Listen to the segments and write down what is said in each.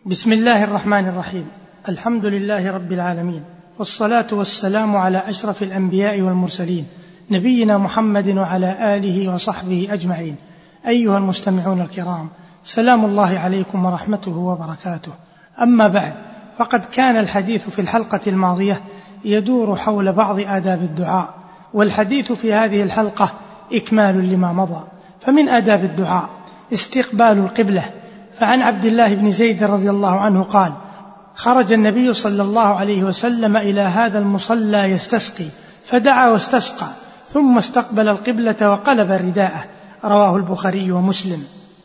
بسم الله الرحمن الرحيم. الحمد لله رب العالمين، والصلاة والسلام على أشرف الأنبياء والمرسلين، نبينا محمد وعلى آله وصحبه أجمعين. أيها المستمعون الكرام، سلام الله عليكم ورحمته وبركاته. أما بعد، فقد كان الحديث في الحلقة الماضية يدور حول بعض آداب الدعاء، والحديث في هذه الحلقة إكمال لما مضى. فمن آداب الدعاء استقبال القبلة، فعن عبد الله بن زيد رضي الله عنه قال: خرج النبي صلى الله عليه وسلم إلى هذا المصلى يستسقي، فدعا واستسقى، ثم استقبل القبلة وقلب رداءه. رواه البخاري ومسلم.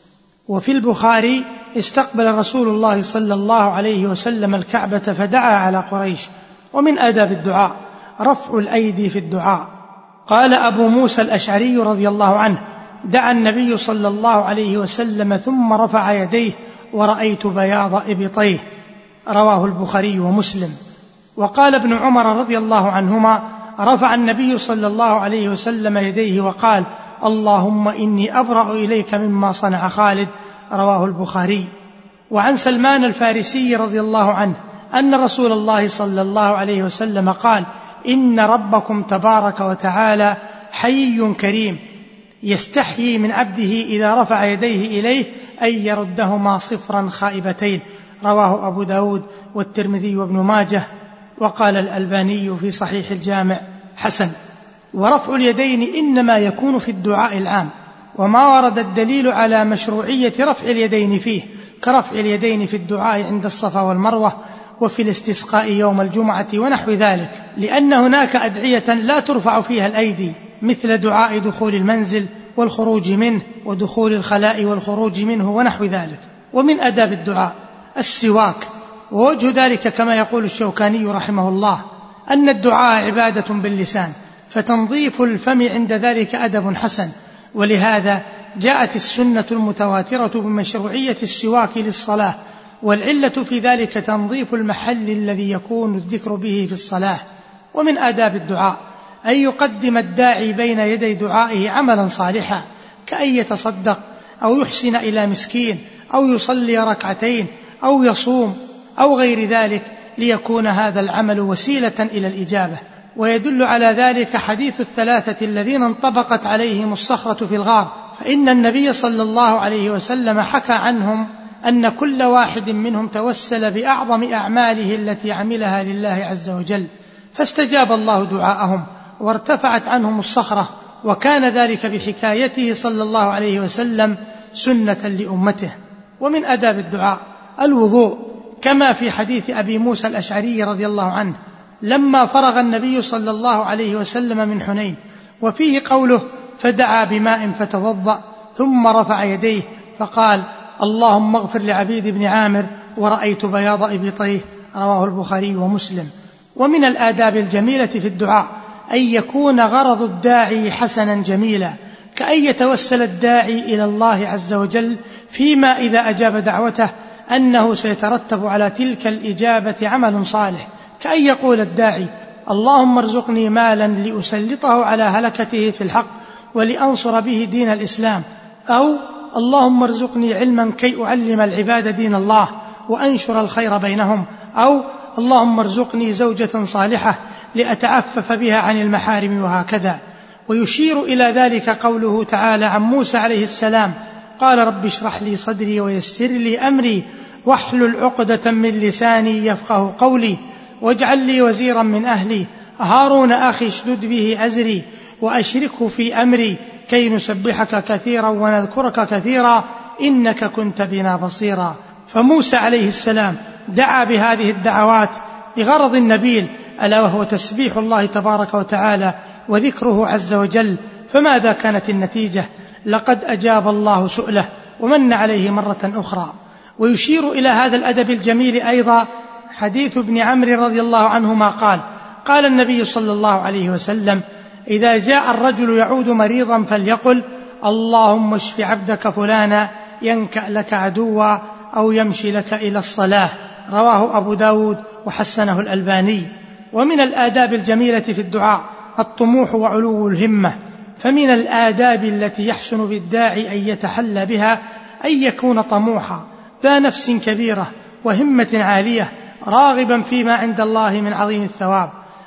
وفي البخاري: استقبل رسول الله صلى الله عليه وسلم الكعبة فدعا على قريش. ومن آداب الدعاء رفع الأيدي في الدعاء. قال أبو موسى الأشعري رضي الله عنه: دعا النبي صلى الله عليه وسلم ثم رفع يديه ورأيت بياض إبطيه. رواه البخاري ومسلم. وقال ابن عمر رضي الله عنهما: رفع النبي صلى الله عليه وسلم يديه وقال: اللهم إني أبرأ إليك مما صنع خالد. رواه البخاري. وعن سلمان الفارسي رضي الله عنه أن رسول الله صلى الله عليه وسلم قال: إن ربكم تبارك وتعالى حيي كريم، يستحيي من عبده إذا رفع يديه إليه أن يردهما صفرا خائبتين. رواه أبو داود والترمذي وابن ماجه، وقال الألباني في صحيح الجامع: حسن. ورفع اليدين إنما يكون في الدعاء العام، وما ورد الدليل على مشروعية رفع اليدين فيه، كرفع اليدين في الدعاء عند الصفا والمروة، وفي الاستسقاء يوم الجمعة ونحو ذلك، لأن هناك أدعية لا ترفع فيها الأيدي، مثل دعاء دخول المنزل والخروج منه، ودخول الخلاء والخروج منه ونحو ذلك. ومن آداب الدعاء السواك، ووجه ذلك كما يقول الشوكاني رحمه الله أن الدعاء عبادة باللسان، فتنظيف الفم عند ذلك أدب حسن، ولهذا جاءت السنة المتواترة بمشروعية السواك للصلاة، والعلة في ذلك تنظيف المحل الذي يكون الذكر به في الصلاة. ومن آداب الدعاء أن يقدم الداعي بين يدي دعائه عملا صالحا، كأن يتصدق أو يحسن إلى مسكين أو يصلي ركعتين أو يصوم أو غير ذلك، ليكون هذا العمل وسيلة إلى الإجابة. ويدل على ذلك حديث الثلاثة الذين انطبقت عليهم الصخرة في الغار، فإن النبي صلى الله عليه وسلم حكى عنهم أن كل واحد منهم توسل بأعظم أعماله التي عملها لله عز وجل، فاستجاب الله دعاءهم وارتفعت عنهم الصخرة، وكان ذلك بحكايته صلى الله عليه وسلم سنة لأمته. ومن آداب الدعاء الوضوء، كما في حديث أبي موسى الأشعري رضي الله عنه لما فرغ النبي صلى الله عليه وسلم من حنين، وفيه قوله: فدعا بماء فتوضأ ثم رفع يديه فقال: اللهم اغفر لعبيد بن عامر ورأيت بياض إبطيه. رواه البخاري ومسلم. ومن الآداب الجميلة في الدعاء أن يكون غرض الداعي حسنا جميلا، كأن يتوسل الداعي إلى الله عز وجل فيما إذا أجاب دعوته أنه سيترتب على تلك الإجابة عمل صالح، كأن يقول الداعي: اللهم ارزقني مالا لأسلطه على هلكته في الحق ولأنصر به دين الإسلام، أو اللهم ارزقني علما كي أعلم العباد دين الله وأنشر الخير بينهم، أو اللهم ارزقني زوجة صالحة لأتعفف بها عن المحارم، وهكذا. ويشير إلى ذلك قوله تعالى عن موسى عليه السلام: قال رب اشرح لي صدري ويسر لي أمري واحلل عقدة من لساني يفقه قولي واجعل لي وزيرا من أهلي هارون أخي اشدد به أزري وأشركه في أمري كي نسبحك كثيرا ونذكرك كثيرا إنك كنت بنا بصيرا. فموسى عليه السلام دعا بهذه الدعوات بغرض نبيل، ألا وهو تسبيح الله تبارك وتعالى وذكره عز وجل. فماذا كانت النتيجة؟ لقد أجاب الله سؤله ومن عليه مرة أخرى. ويشير إلى هذا الأدب الجميل أيضا حديث ابن عمرو رضي الله عنهما قال: قال النبي صلى الله عليه وسلم: إذا جاء الرجل يعود مريضا فليقل: اللهم اشف عبدك فلانا ينكأ لك عدوا أو يمشي لك إلى الصلاة. رواه أبو داود وحسنه الألباني. ومن الآداب الجميلة في الدعاء الطموح وعلو الهمة، فمن الآداب التي يحسن بالداعي أن يتحلى بها أن يكون طموحا ذا نفس كبيرة وهمة عالية راغبا فيما عند الله من عظيم الثواب.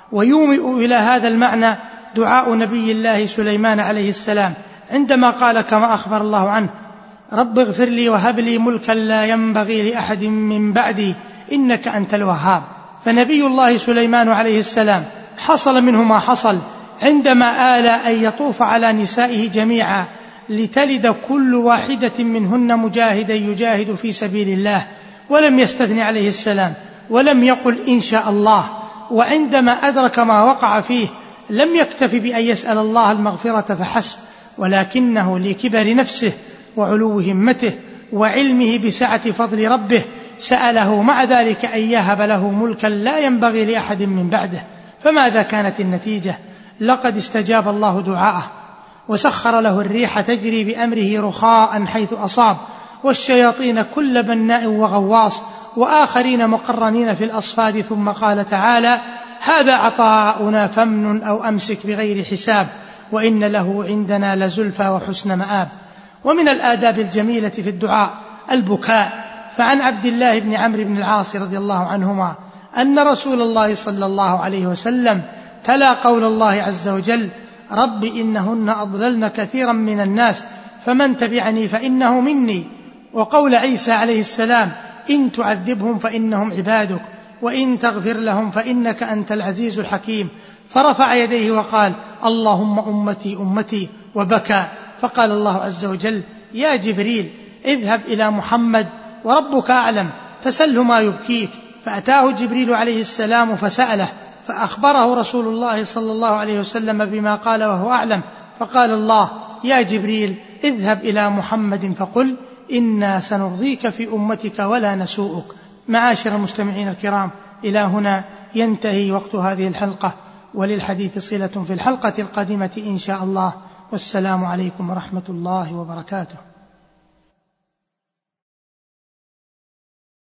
ويومئ إلى هذا المعنى دعاء نبي الله سليمان عليه السلام عندما قال كما أخبر الله عنه: رب اغفر لي وهب لي ملكا لا ينبغي لأحد من بعدي إنك أنت الوهاب. فنبي الله سليمان عليه السلام حصل منه ما حصل عندما آل أن يطوف على نسائه جميعا لتلد كل واحدة منهن مجاهدا يجاهد في سبيل الله، ولم يستثن عليه السلام ولم يقل إن شاء الله. وعندما أدرك ما وقع فيه لم يكتف بأن يسأل الله المغفرة فحسب، ولكنه لكبر نفسه وعلو همته وعلمه بسعة فضل ربه سأله مع ذلك أن يهب له ملكا لا ينبغي لأحد من بعده. فماذا كانت النتيجة؟ لقد استجاب الله دعاءه، وسخر له الريح تجري بأمره رخاء حيث أصاب، والشياطين كل بناء وغواص، وآخرين مقرنين في الأصفاد. ثم قال تعالى: هذا عطاؤنا فامنن أو أمسك بغير حساب وإن له عندنا لزلفى وحسن مآب. ومن الآداب الجميلة في الدعاء البكاء. فعن عبد الله بن عمرو بن العاص رضي الله عنهما أن رسول الله صلى الله عليه وسلم تلا قول الله عز وجل: رب إنهن أضللن كثيرا من الناس فمن تبعني فإنه مني، وقول عيسى عليه السلام: إن تعذبهم فإنهم عبادك وإن تغفر لهم فإنك أنت العزيز الحكيم. فرفع يديه وقال: اللهم أمتي أمتي، وبكى. فقال الله عز وجل: يا جبريل اذهب إلى محمد وربك أعلم فسله ما يبكيك. فأتاه جبريل عليه السلام فسأله، فأخبره رسول الله صلى الله عليه وسلم بما قال وهو أعلم. فقال الله: يا جبريل اذهب إلى محمد فقل إنا سنرضيك في أمتك ولا نسوءك. معاشر المستمعين الكرام، إلى هنا ينتهي وقت هذه الحلقة، وللحديث صلة في الحلقة القادمة إن شاء الله. والسلام عليكم ورحمة الله وبركاته.